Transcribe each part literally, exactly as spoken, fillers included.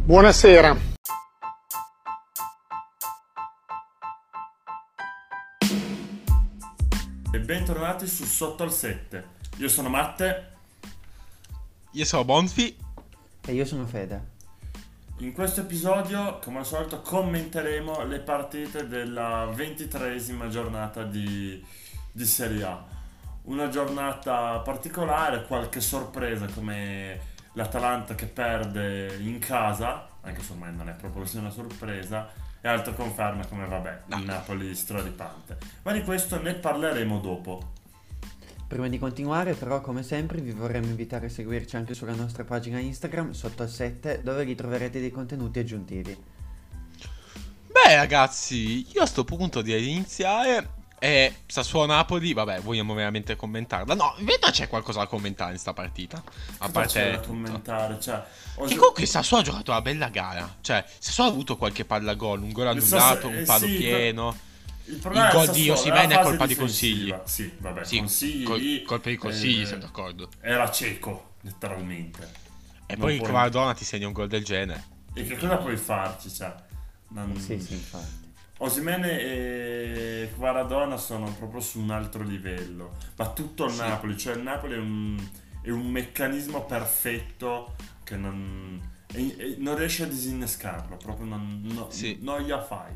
Buonasera. E bentornati su Sotto al sette. Io sono Matte. Io sono Bonfi. E io sono Fede. In questo episodio, come al solito, commenteremo le partite della ventitreesima giornata di, di Serie A. Una giornata particolare, qualche sorpresa come l'Atalanta che perde in casa, anche se ormai non è proprio una sorpresa, e altre conferme come vabbè, il Napoli stradipante. Ma di questo ne parleremo dopo. Prima di continuare, però, come sempre, vi vorremmo invitare a seguirci anche sulla nostra pagina Instagram, Sotto al sette, dove ritroverete dei contenuti aggiuntivi. Beh, ragazzi, io a sto punto direi di iniziare. E Sassuolo-Napoli, vabbè, vogliamo veramente commentarla? No, in verità c'è qualcosa da commentare in sta partita. A Cosa parte c'è da commentare, cioè, ho che gio- comunque Sassuolo ha giocato una bella gara. Cioè, Sassuolo ha avuto qualche palla gol, un gol Il Sass- annullato, eh, un palo sì, pieno. il problema Il del gol di Sassuolo Osimhen la è fase colpa di difensiva. Consigli. Sì, vabbè, Sì, Consigli col- lì, colpa di Consigli, eh, siamo d'accordo. Era cieco, letteralmente. E Non poi il puoi- Maradona ti segna un gol del genere. E che cosa puoi farci, cioè? Non... Sì, sì, infatti. Osimhen e Maradona sono proprio su un altro livello, ma tutto il Sì. Napoli, cioè il Napoli è un, è un meccanismo perfetto che non, e- e non riesce a disinnescarlo, proprio non, no- Sì. non gliela fai.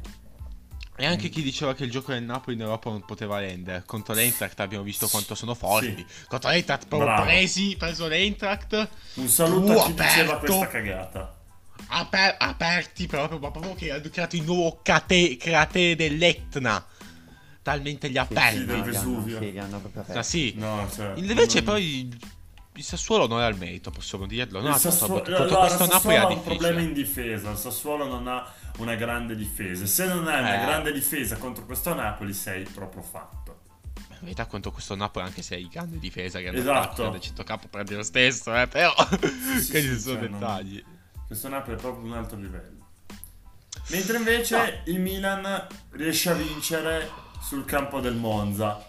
E anche chi diceva che il gioco del Napoli in Europa non poteva rendere. Contro l'Eintracht abbiamo visto quanto sono forti. Sì. Contro l'Eintracht proprio Bravo. presi, preso l'Eintracht. Un saluto Uh, a chi diceva aperto. questa cagata. Aper- aperti proprio, ma proprio che hanno creato il nuovo cate- cratere dell'Etna. Talmente gli aperti. sì, del no, li hanno- Vesuvio. sì, li hanno proprio aperti. Ah sì. No, cioè, Invece non- poi il, il Sassuolo non era il merito, possiamo dirlo. No, il Sassuolo, Sassuolo, contro allora, questo il Napoli Sassuolo era ha un problema in difficile. difesa. Il Sassuolo non ha una grande difesa. Se non hai una Eh. grande difesa contro questo Napoli, sei proprio fatto. In verità contro questo Napoli anche se hai grande difesa che Esatto. del centrocampo prende lo stesso, eh, però sì, questi sì, sono cioè, non- dettagli. Questo Napoli è proprio un altro livello. Mentre invece il Milan riesce a vincere sul campo del Monza.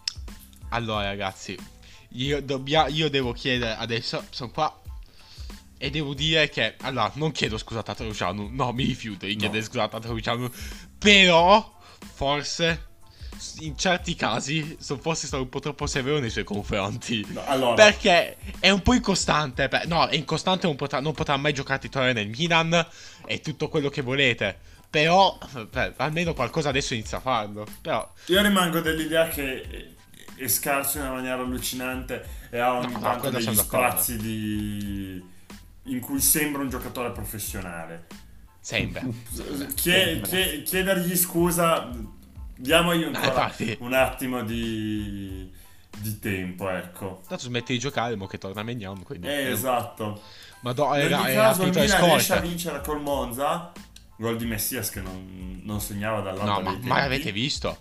Allora ragazzi, io, dobbia- io devo chiedere adesso, sono qua e devo dire che, allora, non chiedo scusa a Luciano, no, mi rifiuto di chiedere No. scusa a Luciano, però forse in certi casi sono forse stato un po' troppo severo nei suoi confronti. No, allora, Perché è un po' incostante, per- no, è incostante, non potrà, non potrà mai giocare titolare nel Milan e tutto quello che volete. Però, beh, almeno qualcosa adesso inizia a farlo. Però, io rimango dell'idea che è scarso in una maniera allucinante e ha ogni No, no, tanto quello degli sono d'accordo. sprazzi di... in cui sembra un giocatore professionale. sembra. Chie- chie- chiedergli scusa, diamogli ancora infatti. un attimo di, di tempo, ecco. Tanto smette di giocare, mo che torna Mignon, quindi... Eh, esatto. Ma do, In era, ogni era caso il finito le Milan riesce a scorte. vincere col Monza. Gol di Messias che non, non segnava dall'alto No, ma, dei ma tempi. avete visto?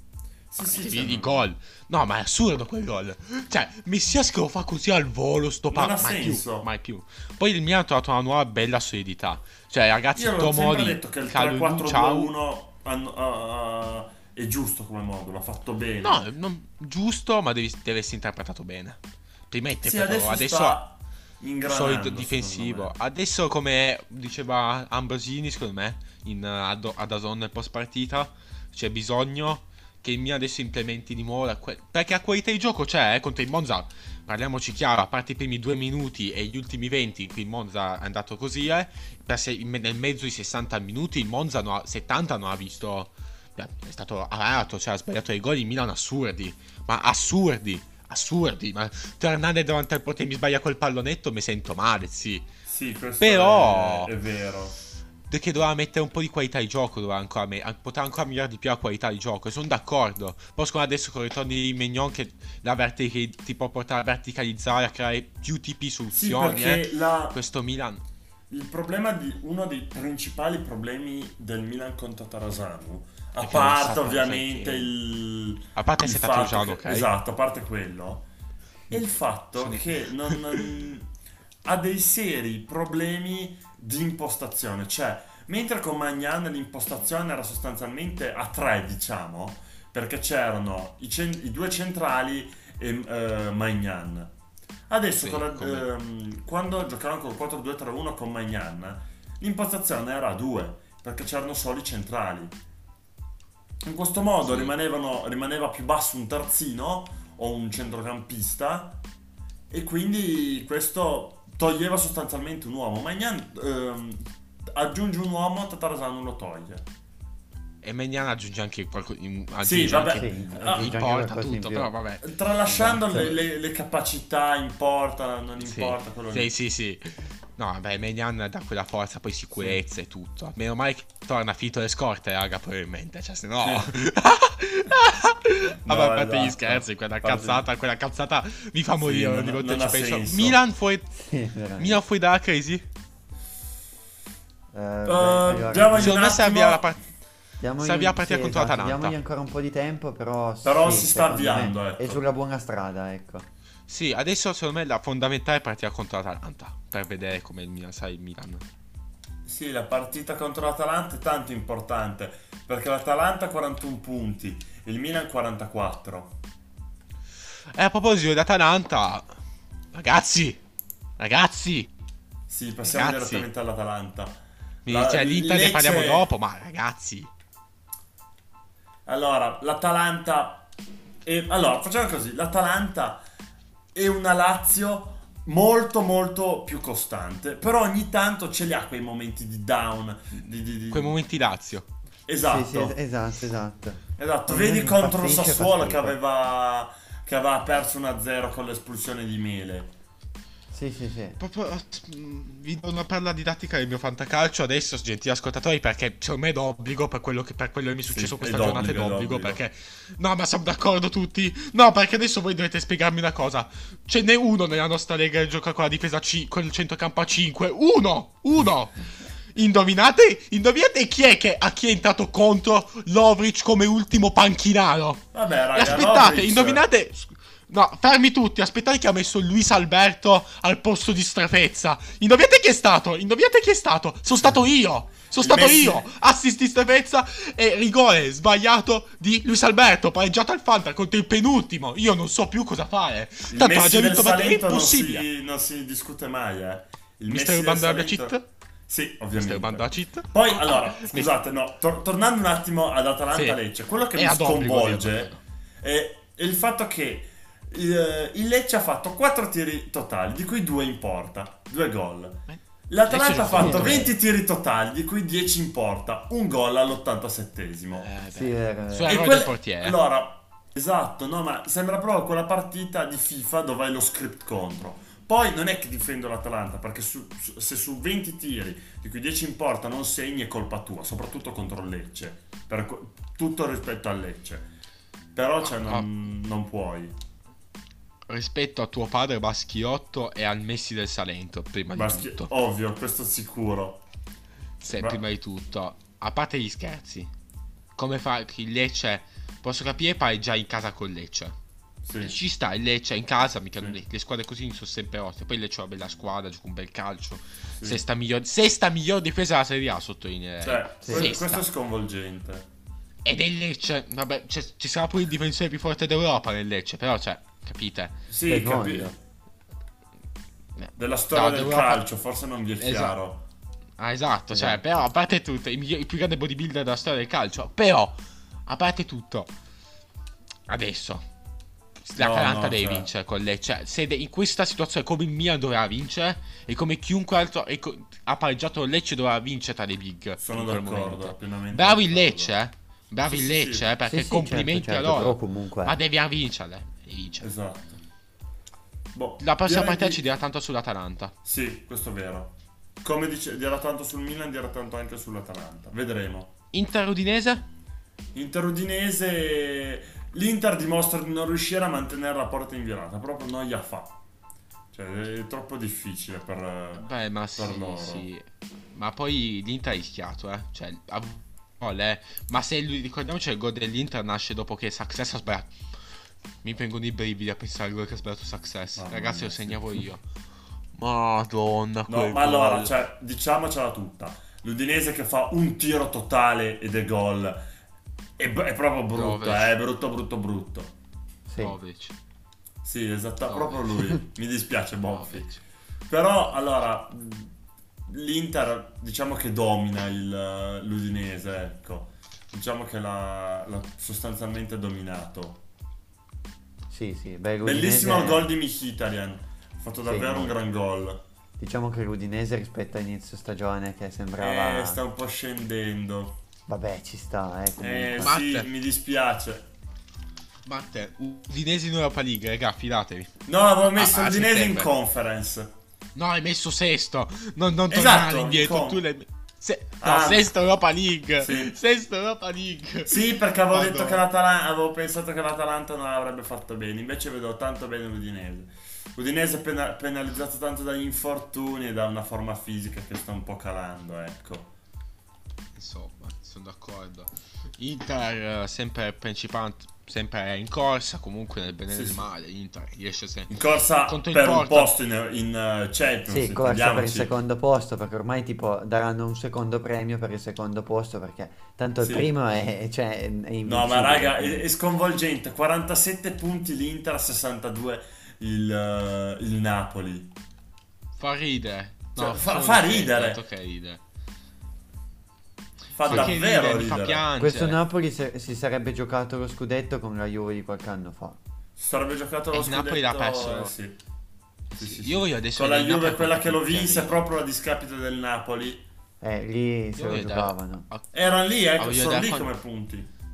Sì, sì, Avete cioè, visto i non- gol? No, ma è assurdo quel gol. Cioè, Messias che lo fa così al volo, sto Non pa- ha mai senso. più, mai più. Poi il Milan ha trovato una nuova bella solidità. Cioè, ragazzi, Io l'ho sempre Tomori, detto che il Kalulu, tre quattro due ciao. uno hanno- ah, è giusto come modulo, ha fatto bene. No, non- giusto, ma devi, deve essere interpretato bene. Prima è sì, interpretato, adesso, adesso, sta ingranando, solido difensivo. secondo me. Adesso, come diceva Ambrosini, secondo me, in, uh, ad, ad Dazon nel post partita, c'è bisogno che il Milan adesso implementi di nuovo la que- perché la qualità di gioco c'è, eh, contro il Monza. Parliamoci chiaro, a parte i primi due minuti e gli ultimi venti in cui il Monza è andato così, eh, per se- in me- nel mezzo di sessanta minuti il Monza no- settanta non ha visto, beh, è stato arato, cioè ha sbagliato dei gol in Milan assurdi, ma assurdi, assurdi, ma tu Hernandez davanti al portiere mi sbaglia quel pallonetto, mi sento male, sì. Sì, questo Però- è, è vero. Perché doveva mettere un po' di qualità di gioco, doveva ancora me- potrà ancora migliorare di più la qualità di gioco, e sono d'accordo. Poi secondo me adesso con il ritorno di Mignon che la verti- ti può portare a verticalizzare, a creare più tipi di Sì, soluzioni, perché eh. la- Questo Milan... il problema di uno dei principali problemi del Milan contro Tarasanu, a È che non parte sa ovviamente cosa è che- il A parte il se fatto Tatarusano, che- ok? esatto, a parte quello, è il fatto Sono- che non, non- ha dei seri problemi di impostazione, cioè mentre con Magnan l'impostazione era sostanzialmente a tre, diciamo, perché c'erano i, cen- i due centrali e eh, Magnan. Adesso Sì, con la- come- ehm, quando giocavano col quattro due tre uno con Magnan l'impostazione era a due, perché c'erano solo i centrali. In questo modo Sì. rimanevano, rimaneva più basso un terzino o un centrocampista, e quindi questo toglieva sostanzialmente un uomo. Maignan ehm, aggiunge un uomo, Tatarusanu lo toglie. E Maignan aggiunge anche qualcosa. Sì, vabbè. Sì, Ah, aggiunge anche Importa qualcosa in tutto, più. però vabbè. Tralasciando Esatto. le, le- le capacità, importa, non Sì, importa quello sì, lì. sì, sì. No, vabbè, Maignan dà quella forza, poi sicurezza e tutto. Meno male che torna finito le scorte, raga, probabilmente. Cioè, se no. No, Vabbè, a parte gli esatto. scherzi, quella A parte- cazzata, quella cazzata mi fa morire non- ogni volta non ci ha penso. senso. Milan fuori. Sì, veramente. Milan fuori dalla crisi? Eh, beh, Uh, allora, diamogli Secondo un me servirà la attimo. partita. diamogli- serve la partita sì, contro esatto, l'Atalanta. diamogli ancora un po' di tempo, però, Però sì, si sta secondo me avviando, ecco. è sulla buona strada, ecco. Sì, adesso secondo me la fondamentale è partita contro l'Atalanta. Per vedere come il Milan, sai, il Milan. Sì, la partita contro l'Atalanta è tanto importante, perché l'Atalanta ha quarantuno punti, il Milan quarantaquattro. E a proposito dell'Atalanta, ragazzi, ragazzi, Sì, passiamo Ragazzi. direttamente all'Atalanta. mi- La- cioè l'Inter ne Lecce- parliamo dopo, ma ragazzi, Allora, l'Atalanta è... Allora, facciamo così, l'Atalanta è una Lazio molto molto più costante, però ogni tanto ce li ha quei momenti di down, di... di- di- quei momenti Lazio. Esatto. Sì, sì, es- esatto, esatto. Esatto, Quando vedi contro il impazzisce, fa Sassuolo che schifo. aveva, che aveva perso uno a zero con l'espulsione di Mele. Sì, sì, sì. Proprio, mm, vi do una perla didattica del mio fantacalcio adesso, gentili ascoltatori, perché secondo me è d'obbligo per quello che, per quello che mi è successo Sì, questa è giornata, è d'obbligo, è d'obbligo, d'obbligo. perché... No, ma siamo d'accordo tutti? No, perché adesso voi dovete spiegarmi una cosa. Ce n'è uno nella nostra lega che gioca con la difesa C, con il centrocampo a cinque. Uno! Uno! Indovinate? Indovinate chi è che a chi è entrato contro Lovric come ultimo panchinaro? Vabbè, E raga, aspettate, Lovric- indovinate... No, fermi tutti, aspettate che ha messo Luis Alberto al posto di Strefezza. Indovinate chi è stato? Indovinate chi è stato? Sono stato io! Sono stato Messi. io! Assist di Strefezza e rigore sbagliato di Luis Alberto, pareggiato al Fanta contro il penultimo. Io non so più cosa fare. Il Tanto ha Messi già del vinto perché è Salento non impossibile. si, non si discute mai, eh. Il Mister Messi del Banda la Salento- cheat? Sì, Mister ovviamente. Banda la cheat? Poi, allora, scusate, no, tor- tornando un attimo ad Atalanta-Lecce, quello che È mi ad obbligo, sconvolge è, è il fatto che eh, il Lecce ha fatto quattro tiri totali, di cui due in porta, due gol. L'Atalanta ha Lecce fatto gioca venti tiri totali, di cui dieci in porta, un gol all'ottantasettesimo. Eh, beh. Sì, è vero. Su è vero. errore quel- del portiere. Allora, esatto, no, ma sembra proprio quella partita di FIFA dove hai lo script contro. Poi non è che difendo l'Atalanta, perché su- su- se su venti tiri, di cui dieci in porta, non segni è colpa tua, soprattutto contro il Lecce. Per que- tutto rispetto al Lecce. Però cioè, non, non puoi. Rispetto a tuo padre Baschiotto e al Messi del Salento, prima Baschi- di tutto. ovvio, questo sicuro. Se, Ma- prima di tutto, a parte gli scherzi, come fa il Lecce? Posso capire pareggiare in casa con Lecce. Sì. Ci sta il Lecce in casa, mica Sì. le, le squadre così sono sempre oste. Poi il Lecce è una bella squadra, gioca un bel calcio. Sì. Sesta miglior, sesta miglior difesa della Serie A, sottolineerei. Cioè, Sì. que- Sesta. questo è sconvolgente. Ed è il Lecce, vabbè, c'è- ci sarà pure il difensore più forte d'Europa nel Lecce, però, cioè, capite? Sì, Vergogna. capi- della storia No, del d'Europa- calcio, forse non vi è Esatto. chiaro. Ah, esatto, cioè, Esatto. però, a parte tutto, il, miglior- il più grande bodybuilder della storia del calcio. Però, a parte tutto, adesso l'Atalanta no, deve cioè. vincere con lei. Cioè, se de- in questa situazione come il Milan doveva vincere e come chiunque altro e co- ha pareggiato il Lecce doveva vincere tra le big. Sono in quel d'accordo, momento. pienamente Bravi il d'accordo. Lecce, eh. Bravi Sì, il sì, Lecce, sì. eh, perché Sì, sì, complimenti certo, certo, a loro. però comunque- Ma devi vincerle. Devi vincere. Esatto. Boh, La prossima direi partita di- ci dirà tanto sull'Atalanta. Sì, questo è vero. Come dice, dirà tanto sul Milan, dirà tanto anche sull'Atalanta. Vedremo. Inter Udinese? Inter Udinese, l'Inter dimostra di non riuscire a mantenere la porta inviolata, proprio non gli fa. Cioè, è troppo difficile per, Beh, ma per sì, loro. sì. Ma poi l'Inter ha rischiato, eh. Cioè, a volle, ma se lui, ricordiamoci, il gol dell'Inter nasce dopo che Success ha sbagliato. Mi vengono i brividi a pensare al gol che ha sbagliato Success. Mamma Ragazzi, mia, lo sì. segnavo io. Madonna, No, quel ma allora, gol. cioè, diciamocela tutta. L'Udinese che fa un tiro totale ed è gol. È, è proprio brutto, Dove? eh, è brutto, brutto, brutto. Sì. Jovic. Sì, esatto, Dove? proprio lui. Mi dispiace, Boffi. Jovic. Però, allora, mh, l'Inter diciamo che domina il, l'Udinese, ecco. Diciamo che l'ha, l'ha sostanzialmente dominato. Sì, sì, beh, Bellissimo il l'Udinese... gol di Mkhitaryan, ha fatto Sì, davvero un no. gran gol. Diciamo che l'Udinese rispetto a inizio stagione che sembrava... Eh, sta un po' scendendo. Vabbè, ci sta, eh, Eh comunque. sì, Matte. mi dispiace. Matte, Udinese in Europa League, raga, fidatevi. No, avevo messo Ah, a l'Udinese in settembre. conference. No, hai messo sesto. Non, non Esatto, tornare indietro. com- Tu l'hai... Se... No, Ah. sesto Europa League. Sì. Sesto Europa League. Sì, perché avevo Madonna. detto che l'Atalanta, avevo pensato che l'Atalanta non avrebbe fatto bene, invece vedo tanto bene l'Udinese. L'Udinese è pena- penalizzato tanto dagli infortuni e da una forma fisica che sta un po' calando, ecco. Insomma, sono d'accordo. Inter eh, sempre principante, sempre in corsa, comunque nel bene e Sì, nel sì. male. Inter riesce sempre. In corsa Contro il per un Porto. posto in, in uh, Champions, Sì, corsa per il intendiamoci. secondo posto, perché ormai tipo daranno un secondo premio per il secondo posto, perché tanto Sì. il primo è, cioè, è invincibile. No, ma raga, è, è sconvolgente. quarantasette punti l'Inter, sessantadue il, uh, il Napoli. Fa ridere. Cioè, No, fa- sono fa contento ridere. Che ride. Fa Fa che davvero ride, mi fa ridere. piangere. Questo Napoli se- si sarebbe giocato lo scudetto con la Juve di qualche anno fa. Si sarebbe giocato E lo il scudetto. Napoli l'ha perso. eh, sì. Sì, sì, sì. Io voglio adesso Con la vedere il Juve, Napoli quella che lo quanti punti vinse arriva. proprio a discapito del Napoli. Eh, lì se Io lo voglio giocavano. vedere- Erano lì, Ah, ecco, voglio sono vedere lì quando- come punti.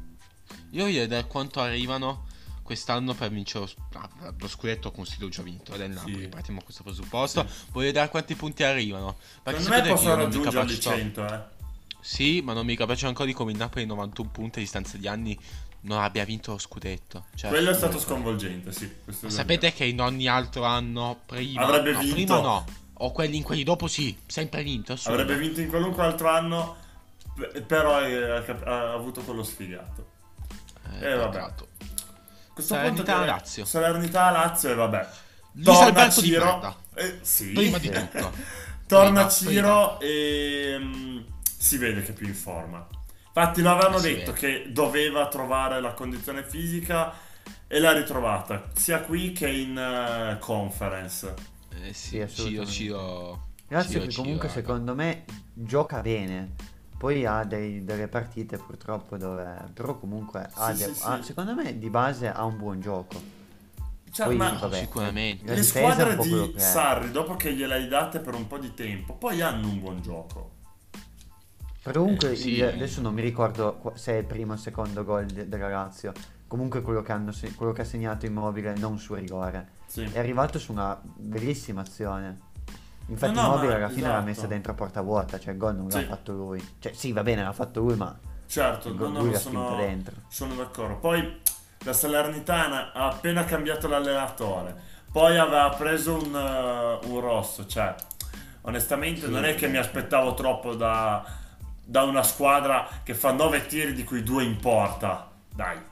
Io voglio vedere quanto arrivano quest'anno per vincere lo, ah, lo scudetto con Stilo già vinto ed è il Napoli. Sì. Partiamo da questo presupposto. Sì. Voglio vedere quanti punti arrivano. Perché Secondo me sapete che io possono non mi raggiungerli capacito. cento, eh. Sì, ma non mi capisco ancora di come il Napoli novantuno punti a distanza di anni non abbia vinto lo scudetto. Cioè, Quello è stato comunque. sconvolgente, sì. questo Ma è sapete che in ogni altro anno prima Avrebbe no, vinto. prima no. O quelli in quelli dopo sì, sempre vinto. assurdo. Avrebbe vinto in qualunque altro anno, p- però eh, ha, cap- ha avuto quello sfigato. Eh, Eh, vabbè. peccato. A questo Salernitana punto direi- Lazio. Salernitana Lazio e vabbè. Luis Torna Alberto Di Ciro. merda. Eh, sì. Prima di Sì. tutto. Torna Prima, Ciro e mm, si vede che è più in forma. Infatti lo avevano Eh, si detto vede. che doveva trovare la condizione fisica e l'ha ritrovata, sia qui che in eh, conference. Eh Sì, sì, Ciro, assolutamente. Ciro. Lazio Ciro, che Ciro, comunque raga. secondo me gioca bene. Poi ha dei- delle partite purtroppo dove... Però comunque ha Sì, de- sì, ha- sì. secondo me di base ha un buon gioco. Cioè, Poi ma vabbè, sicuramente. la le difesa è un squadre po' quello di che è. Sarri, dopo che gliel'hai date per un po' di tempo, poi hanno un buon gioco. Però comunque Eh, sì, il- eh. adesso non mi ricordo qua- se è il primo o il secondo gol de- della Lazio. Comunque quello che, hanno, se- quello che ha segnato Immobile non su rigore. Sì. È arrivato su una bellissima azione. Infatti No, no, Immobile ma alla fine l'ha esatto. messa dentro a porta vuota, cioè il gol non l'ha Sì. fatto lui. Cioè sì, va bene, l'ha fatto lui, ma Certo, il no, gol no, lui no, l'ha spinto sono, dentro. sono d'accordo. Poi la Salernitana ha appena cambiato l'allenatore, poi aveva preso un, uh, un rosso, cioè onestamente Sì. non è che mi aspettavo troppo da, da una squadra che fa nove tiri di cui due in porta. Dai.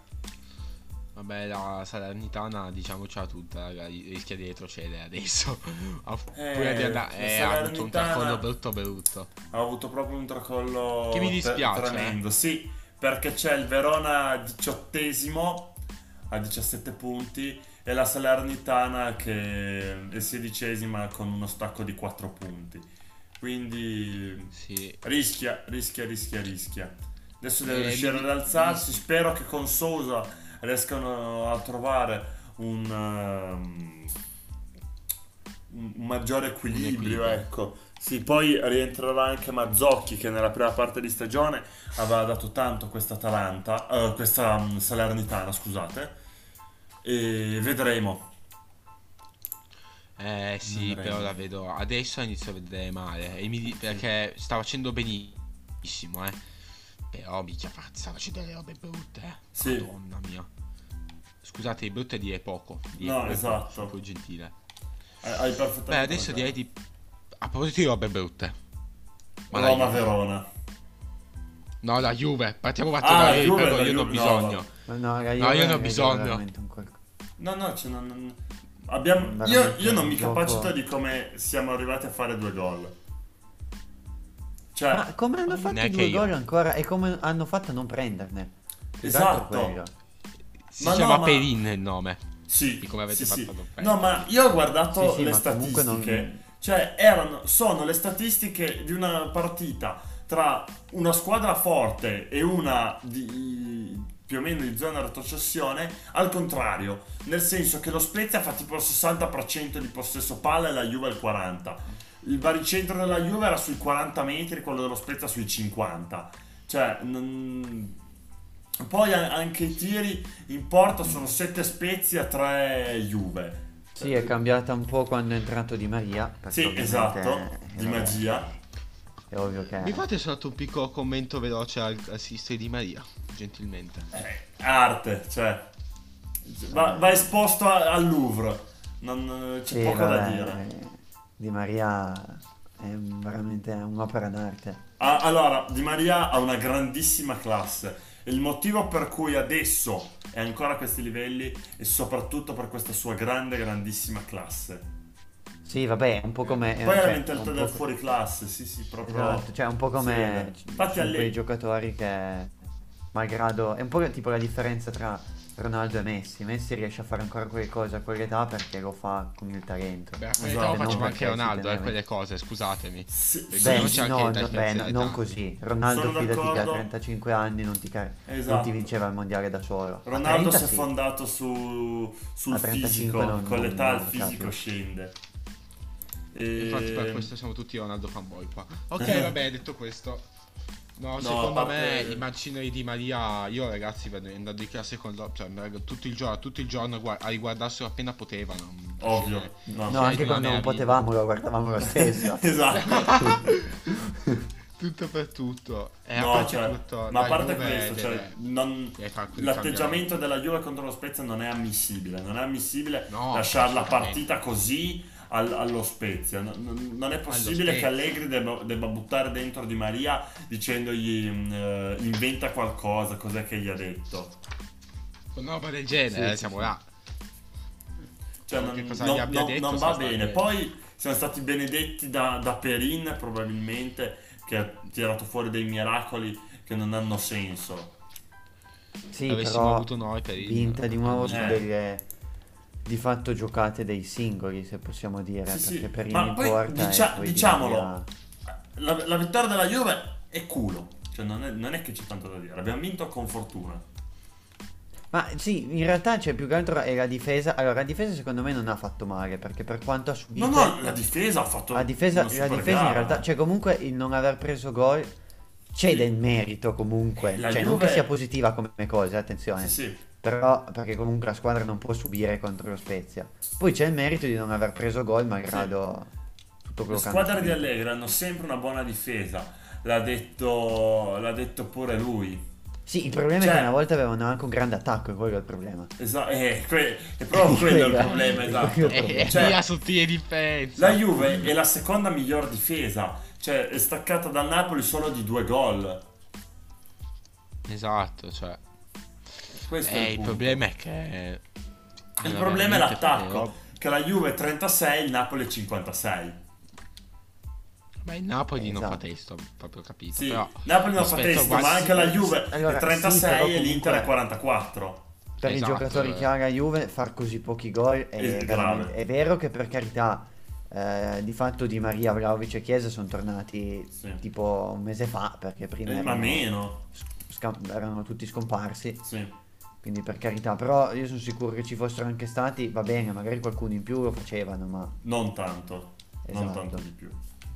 Vabbè, la Salernitana, diciamocela tutta, raga, rischia di retrocedere adesso. Ha Eh, pure di andare- la eh, ha avuto un Salernitana- tracollo brutto brutto. Ha avuto proprio un tracollo Che mi te- dispiace, tremendo. Sì, perché c'è il Verona diciottesimo a diciassette punti e la Salernitana che è sedicesima con uno stacco di quattro punti. Quindi Sì. rischia, rischia, rischia, rischia. Adesso deve Eh, riuscire mi- ad alzarsi. Spero che con Sousa riescano a trovare un, um, un maggiore equilibrio, equilibrio. ecco. Sì, poi rientrerà anche Mazzocchi che nella prima parte di stagione aveva dato tanto a questa Atalanta, eh, questa um, Salernitana, scusate. E vedremo. Eh sì, Non però rende. la vedo. Adesso inizio a vedere male. E mi di- perché sta facendo benissimo, eh. Però mica fa- sta facendo delle robe brutte, eh. Sì. Madonna mia. Scusate, brutto è dire poco. Dire No, poco, esatto. sono più gentile. Hai hai perfettamente Beh, adesso ragione. direi di. A proposito di robe brutte. Ma la Roma Juve. Verona. No, la Juve. Partiamo da Ah, la io, Juve, però la io ne ho Juve, no, bisogno. Ma no, raga, No, io ne ho raga, bisogno. veramente un qual- No, no, c'è non, non- abbiamo, io, Veramente io non un mi gioco- capacito di come siamo arrivati a fare due gol. Cioè, Ma come hanno fatto Neanche due io. gol ancora e come hanno fatto a non prenderne? Più che altro esatto. quello. Si Ma chiama no, ma- Perin il nome. Sì, Di come avete sì, fatto sì. a non prendere. No, ma io ho guardato Sì, sì, le ma comunque statistiche. non- Cioè, erano, sono le statistiche di una partita tra una squadra forte e una di, più o meno di zona retrocessione, al contrario, nel senso che lo Spezia fa tipo il sessanta per cento di possesso palla e la Juve il quaranta per cento. Il baricentro della Juve era sui quaranta metri, quello dello Spezia sui cinquanta. Cioè, non... poi anche i tiri in porta sono sette Spezia, tre Juve. Sì, è cambiata un po' quando è entrato Di Maria. perché Sì, ovviamente, esatto, eh, di vabbè, magia. È ovvio che... Mi fate soltanto un piccolo commento veloce al assist di Maria, gentilmente. Eh, arte, cioè va, va esposto a- al Louvre, non c'è Sì, poco da vabbè, dire. eh, Di Maria è veramente un'opera d'arte. Ah, allora, Di Maria ha una grandissima classe. Il motivo per cui adesso è ancora a questi livelli è soprattutto per questa sua grande, grandissima classe. Sì, vabbè, è un po' come... Poi è la cioè, mentalità un del po' co- fuori classe, sì, sì, proprio. Esatto, cioè un po' come Sì. c- Infatti sono alle- quei giocatori che, malgrado... È un po' tipo la differenza tra Ronaldo e Messi. Messi riesce a fare ancora quelle cose a quell'età perché lo fa con il talento. Beh, a Esatto. quell'età lo Non faceva perché anche Ronaldo, si eh, teneva- quelle cose, scusatemi. Sì, Perché sì, Beh, non c'è no, anche no, la beh, differenza di non età. così. Ronaldo, Sono fidati che a d'accordo. trentacinque anni non ti, car- non Esatto. ti vinceva il mondiale da solo. A Ronaldo trenta si è sì. fondato su, sul A trentacinque fisico, non- con non- l'età non il lo sa fisico più. scende. E... Infatti per questo siamo tutti Ronaldo fanboy qua. Ok, vabbè, detto questo. No, No, secondo a parte- me i macineri di Maria, io ragazzi vedo andando di classe con loro, cioè me- tutto il giorno, tutto il giorno gua- a riguardarselo appena potevano. Ovvio, Cioè, no. No, Cioè, anche non quando è non la vita. potevamo lo guardavamo lo stesso. Esatto. tutto per tutto. E a No, parte cioè, tutto, ma a la parte Juve questo, cioè, deve- non- deve fare quel l'atteggiamento della Juve contro lo Spezia non è ammissibile. Non è ammissibile No, lasciare la assolutamente. partita così al- allo Spezia. Non, non- non è possibile che Spezia. Allegri debba, debba buttare dentro Di Maria dicendogli mm, eh, inventa qualcosa, cos'è che gli ha detto. Con una roba del genere, Sì, eh, sì, siamo sì. là. Cioè, So non, che cosa non- gli abbia non- detto, non sa va stare bene. bene. Poi siamo stati benedetti da, da Perin, probabilmente, che ha tirato fuori dei miracoli che non hanno senso. Sì, Avessimo però avuto noi per il- vinta di nuovo su Eh. delle di fatto giocate dei singoli, se possiamo dire, Sì, sì. perché per Ma in poi porta dicia- e poi Di diciamolo, Maria- La, la vittoria della Juve è culo. Cioè, non è, non è che c'è tanto da dire. Abbiamo vinto con fortuna. Ma sì, in realtà c'è più che altro è la difesa. Allora, la difesa secondo me non ha fatto male, perché per quanto ha subito... No, no, la difesa ha fatto. La difesa, una la super difesa in gara. realtà, cioè comunque il non aver preso gol c'è Sì. del merito comunque, La cioè non Juve- che sia positiva come cosa, attenzione, Sì, sì. però perché comunque la squadra non può subire contro lo Spezia. Poi c'è il merito di non aver preso gol malgrado tutto Le quello che hanno squadre di subito. Allegri hanno sempre una buona difesa. L'ha detto, l'ha detto pure lui. Sì, il problema Cioè- è che una volta avevano anche un grande attacco, e quello è il problema. Esatto, eh, que- è proprio quello il Quello- problema, esatto. quello è il Eh, problema. Cioè, via sottile difesa. la Juve è la seconda miglior difesa. Cioè, è staccata dal Napoli solo di due gol. Esatto, cioè. Questo è Eh, il il punto. problema è che. Il Allora, problema è veramente l'attacco. fare rob- Che la Juve è trentasei, il Napoli è cinquantasei. Beh, il Napoli non fa Esatto. testo, proprio capito. Sì, Però, Napoli non fa rispetto a testo, ma quasi- anche la Juve Allora, è sì, trentasei però e l'Inter è comunque- quarantaquattro. Per Esatto, i giocatori eh. che ha la Juve far così pochi gol è, È veramente- grave. è vero che per carità eh, di fatto Di Maria, Vlahovic e Chiesa sono tornati Sì. tipo un mese fa perché prima Eh, ma erano, meno. sca- erano tutti scomparsi, Sì. quindi per carità, però io sono sicuro che ci fossero anche stati, va bene, magari qualcuno in più lo facevano, ma Non tanto. Non Esatto. tanto di più.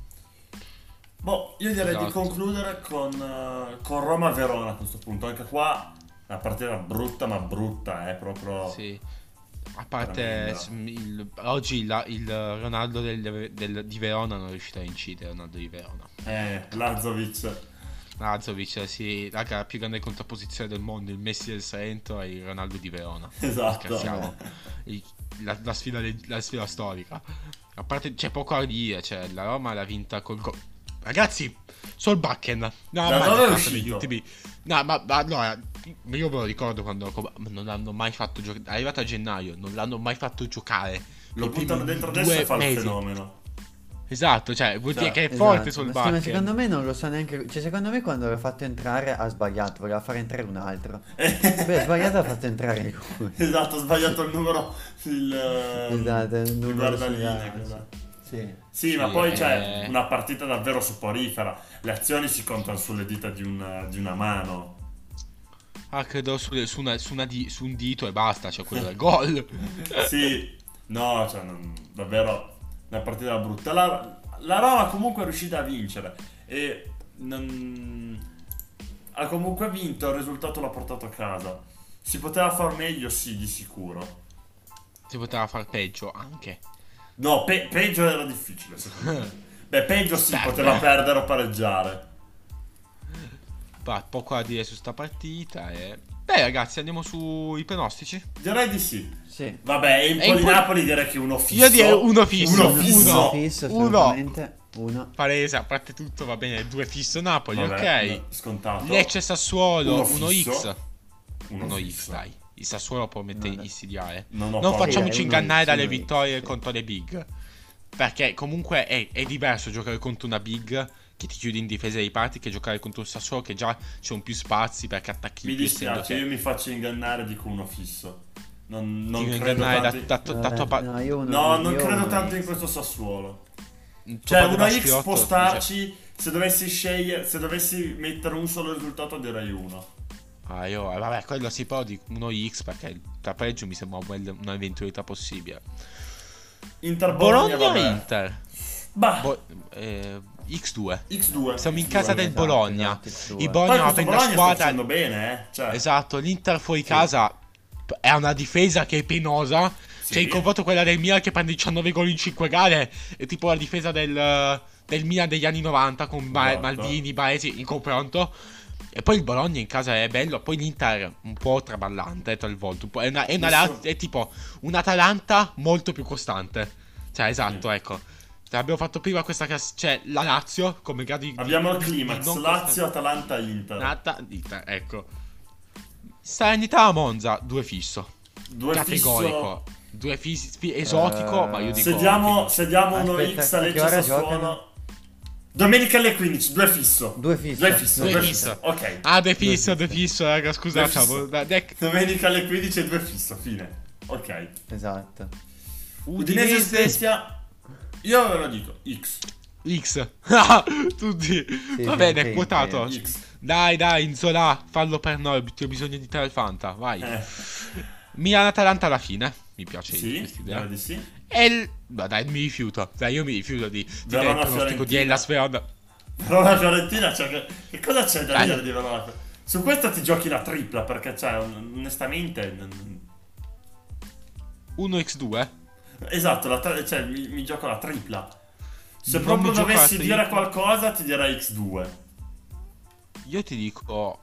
Boh, io direi di Esatto. concludere con, eh, con Roma-Verona a questo punto. Anche qua la partita brutta, ma brutta, è proprio... Sì. A parte Tremenda. s- il- oggi la- il Ronaldo del- del- di Verona non è riuscito a incidere. Ronaldo di Verona. Eh, Lazovic. Lazovic, sì, raga, la più grande contrapposizione del mondo, il Messi del Salento e il Ronaldo di Verona. Esatto. Scherziamo. Il- la, la sfida, le- la sfida storica. A parte c'è poco a dire, cioè la Roma l'ha vinta col gol. Ragazzi, Solbakken. No, Da ma dove è l'hanno fatto uscito? negli ultimi. No, ma, ma allora, io ve lo ricordo quando non l'hanno mai fatto giocare. È arrivato a gennaio, non l'hanno mai fatto giocare. Lo I primi buttano dentro due adesso e fa il mesi. fenomeno. Esatto, cioè, vuol Cioè, dire che è esatto. forte Ma sì, ma Solbakken. secondo me non lo sa neanche, cioè secondo me quando l'ha fatto entrare ha sbagliato, voleva fare entrare un altro. Beh, ha sbagliato, ha fatto entrare lui. Esatto, ho sbagliato il numero. Il, eh, Esatto, il il numero guardalinee, sulla- esatto. Sì. Sì, ma Sì, poi eh. c'è una partita davvero soporifera. Le azioni si contano sulle dita di una, di una mano. Ah, credo su, su, una, su, una di- su un dito e basta, cioè quello del gol. Sì, no, cioè, non- davvero una partita brutta. La, la Roma comunque è riuscita a vincere e non- ha comunque vinto, il risultato l'ha portato a casa. Si poteva far meglio, sì, di sicuro. Si poteva far peggio anche. No, pe- peggio era difficile, secondo me. Beh, peggio sì, Beh, poteva beh. perdere o pareggiare. Bah, poco da dire su sta partita. E... Beh, ragazzi, andiamo sui pronostici. Direi di sì. Sì. Vabbè, E Empoli-Napoli direi che uno fisso. Io direi uno fisso. Uno fisso. Uno fisso, Uno. assolutamente. Uno. Palese, a parte tutto, va bene. Due fisso Napoli, Vabbè, ok. no, scontato. Lecce-Sassuolo, Uno uno fisso. x. Uno uno fisso. x, dai. Il Sassuolo può mettere No, dai. insidiare. Non ho Non paura. facciamoci Dai, uno ingannare X, dalle uno X, vittorie sì. contro le big. Perché comunque è, è diverso giocare contro una big che ti chiudi in difesa dei parti che giocare contro un Sassuolo che già c'è un più spazi perché attacchi Mi più, essendo dispiace, che io mi faccio ingannare, dico uno fisso. Non, non ti credo ingannare da, tanto... da, da, da tua parte. No, io uno, No, non io credo uno tanto X. in questo Sassuolo. tuo Cioè, padre una X Bastiotto può dice- starci, se dovessi scegliere, se dovessi mettere un solo risultato direi uno. Ah, io, eh, vabbè, quello si può di uno x perché tra peggio mi sembra una- un'eventualità possibile. Inter Bologna, vabbè. Bologna-Inter. Bah, Bo- eh, x due. X due. Siamo in X casa due. del esatto, Bologna. esatto, X due. Il Poi Bologna ha una questo bella Bologna sta squadra. facendo bene, eh. Cioè, Esatto, l'Inter fuori casa è una difesa che è penosa. Sì. Cioè, in confronto a quella del Milan che prende diciannove gol in cinque gare, è tipo la difesa del, del Milan degli anni novanta con Ma- Esatto. Maldini, Baresi in confronto. E poi il Bologna in casa è bello, poi l'Inter un po' traballante talvolta. Un po', è, una, è, una, Adesso- è tipo un'Atalanta molto più costante. Cioè, esatto, Sì. ecco. Cioè, abbiamo fatto prima questa classe. C'è la Lazio come grado di. abbiamo il di- climax, di non Lazio, Atalanta, Inter. Nata, Inter, ecco. Serenità a Monza, due fisso. Due Categorico. fisso. Due fissi fi- esotico, Eh, ma io dico. Se diamo, se diamo uno Aspetta, X a a che Lecce ora Sassuolo. giocano? Domenica alle quindici, due fisso. Due fisso. Due fisso, Due due fisso. fisso. Ok. Ah, due fisso, Due due fisso. fisso, raga, scusate. Due fisso. avevo- da- dec- Domenica alle quindici e due fisso, fine. Ok. Esatto. Udinese Udinese Spezia. Io ve lo dico, X. X. Ah, tutti. Sì, Va sì, bene, anche quotato. io. X. Dai, dai, Inzola, fallo per noi. Ti ho bisogno di te al Fanta. Vai. Eh, Milan-Atalanta alla fine. Mi piace sì, questa idea. direi di sì. E il... Ma dai, mi rifiuto. Dai, io mi rifiuto di, di dare il Verona pronostico di Fiorentina. Hellas Verona. Verona Fiorentina, cioè, che, che cosa c'è da Dai. dire di Verona? Su questo ti giochi la tripla, perché, cioè, on- onestamente... non- uno x due. Esatto, la tri- cioè, mi, mi gioco la tripla. Se Non proprio mi gioco la dovessi tripla. dire qualcosa, ti direi X due. Io ti dico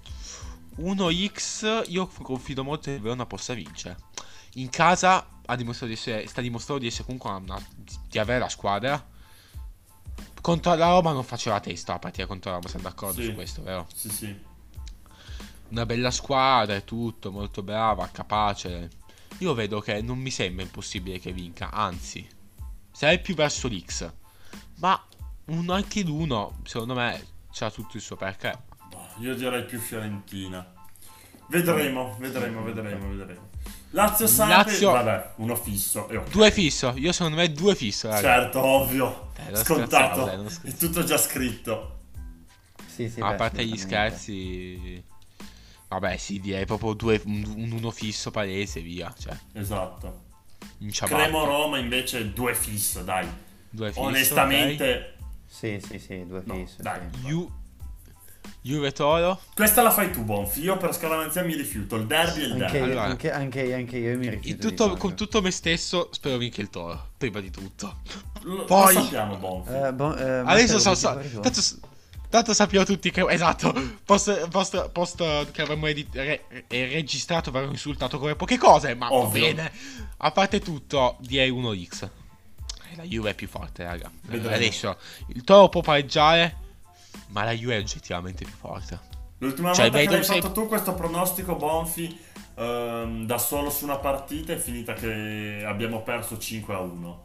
uno x. Io confido molto che Verona possa vincere. In casa ha dimostrato di essere, sta dimostrando di essere comunque una, di avere la squadra. Contro la Roma non faceva testa la partita contro la Roma, siamo d'accordo Sì. su questo, vero? Sì, sì. Una bella squadra e tutto, molto brava, capace. Io vedo che non mi sembra impossibile che vinca, anzi, sarei più verso l'X. Ma un, anche l'uno, secondo me, c'ha tutto il suo perché. Boh, io direi più Fiorentina. Vedremo, vedremo, vedremo, vedremo. Lazio Samp, Lazio- vabbè, uno fisso. E ok. Due fisso, io secondo me due fisso, raga. Certo, ovvio. Eh, non Scontato. scherzavo, dai, non È scherzavo. tutto già scritto. Sì, sì, A beh, parte gli assolutamente. scherzi. Vabbè, sì, direi proprio due, un, un uno fisso palese, via. Cioè, Esatto. in ciabatta. Cremo Roma invece due fisso, dai. Due fisso, Onestamente, Sì, sì, sì, due no, fisso. dai. sì. ok. Ju- Juve Toro. Questa la fai tu, Bonfi. Io per scaramanzia mi rifiuto. Il derby e il Anche, derby. io, Allora. anche, anche, anche io mi rifiuto In di tutto, farlo. con tutto me stesso, spero vinca il Toro. Prima di tutto. Lo, Poi- lo sappiamo, Bonfi. Eh, boh, eh, Adesso Matteo, so, dici so- pure tu. tanto, tanto sappiamo tutti che esatto, post, post, post che avremmo edit- re- eh, registrato avremmo insultato come poche cose, ma Ovvio. va bene. A parte tutto, direi uno x. Eh, La Juve è più forte, raga. Vedremo. Adesso il Toro può pareggiare, ma la Juve è oggettivamente più forte. L'ultima cioè, volta che vedo l'hai se- fatto tu questo pronostico, Bonfi, ehm, da solo su una partita è finita che abbiamo perso cinque a uno.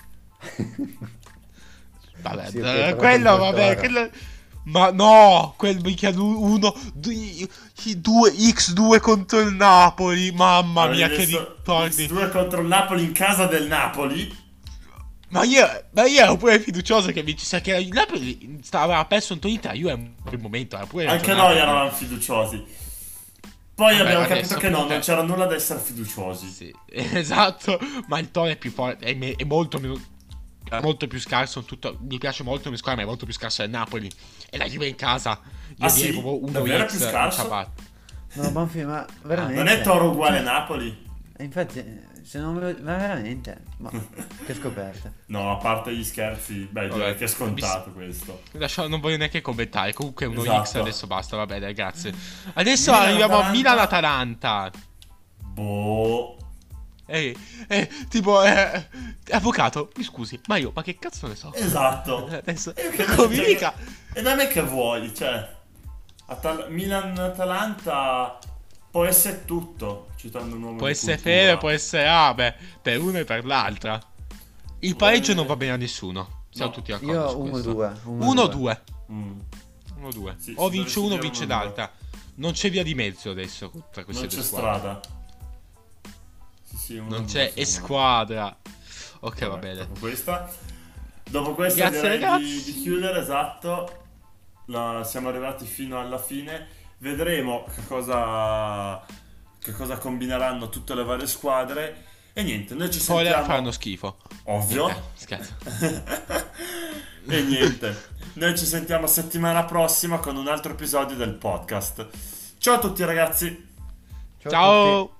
Vabbè, Sì, eh, ok, però quello contro vabbè, Toro. quello... Ma no, quel minchia uno, due x due contro il Napoli, mamma mia che Avevi messo ricordi. X due contro il Napoli in casa del Napoli. Ma io, ma io ero pure fiducioso che vincesse, che il Napoli stava perso contro l'Inter, io in quel momento era pure Anche ragionato. noi eravamo fiduciosi. Poi Vabbè, abbiamo adesso capito che no, perché- non c'era nulla da essere fiduciosi. Sì, esatto, ma il tono è più forte, è, me- è molto meno, è molto più scarso, in tutto, mi piace molto come squadra, ma è molto più scarso del Napoli. E la Juve in casa, io Ah, direi sì? proprio uno Davvero è X più in scarso? ciabatte. No, Banfi, ma veramente. Non è Toro uguale Napoli? E infatti, se non me lo... Ma veramente. Ma che scoperta. No, a parte gli scherzi, beh, direi Vabbè, che è scontato questo. Lascia- non voglio neanche commentare, comunque uno X Esatto. adesso basta, va bene, grazie. Adesso Milan, arriviamo a Atalanta. Milan-Atalanta. Boh. Ehi, eh, tipo, eh, avvocato, mi scusi, ma io, ma che cazzo ne so? Esatto. Adesso, E che- come cioè, mica... E da me che vuoi, cioè... Atal- Milan-Atalanta può essere tutto, citando un uomo Può di essere cultura. fede, può essere abe, per uno e per l'altra. Il pareggio non va bene a nessuno. Siamo No. tutti d'accordo Io su uno questo. due. uno due. Mm. uno due. Sì, O se vince dovessi uno o dire vince uno, due. l'altra. Non c'è via di mezzo adesso tra queste Non due c'è squadre. strada. Sì, sì, uno, Non due, c'è sì, e uno. squadra. Ok, va Vabbè, bene. Dopo questa, dopo questa Grazie, direi di, ragazzi. di chiudere, esatto. La- siamo arrivati fino alla fine. Vedremo che cosa, che cosa combineranno tutte le varie squadre. E niente, noi ci Spoiler, sentiamo. faranno schifo. Ovvio. Eh, scherzo. E niente, noi ci sentiamo settimana prossima con un altro episodio del podcast. Ciao a tutti ragazzi. Ciao a tutti. Ciao.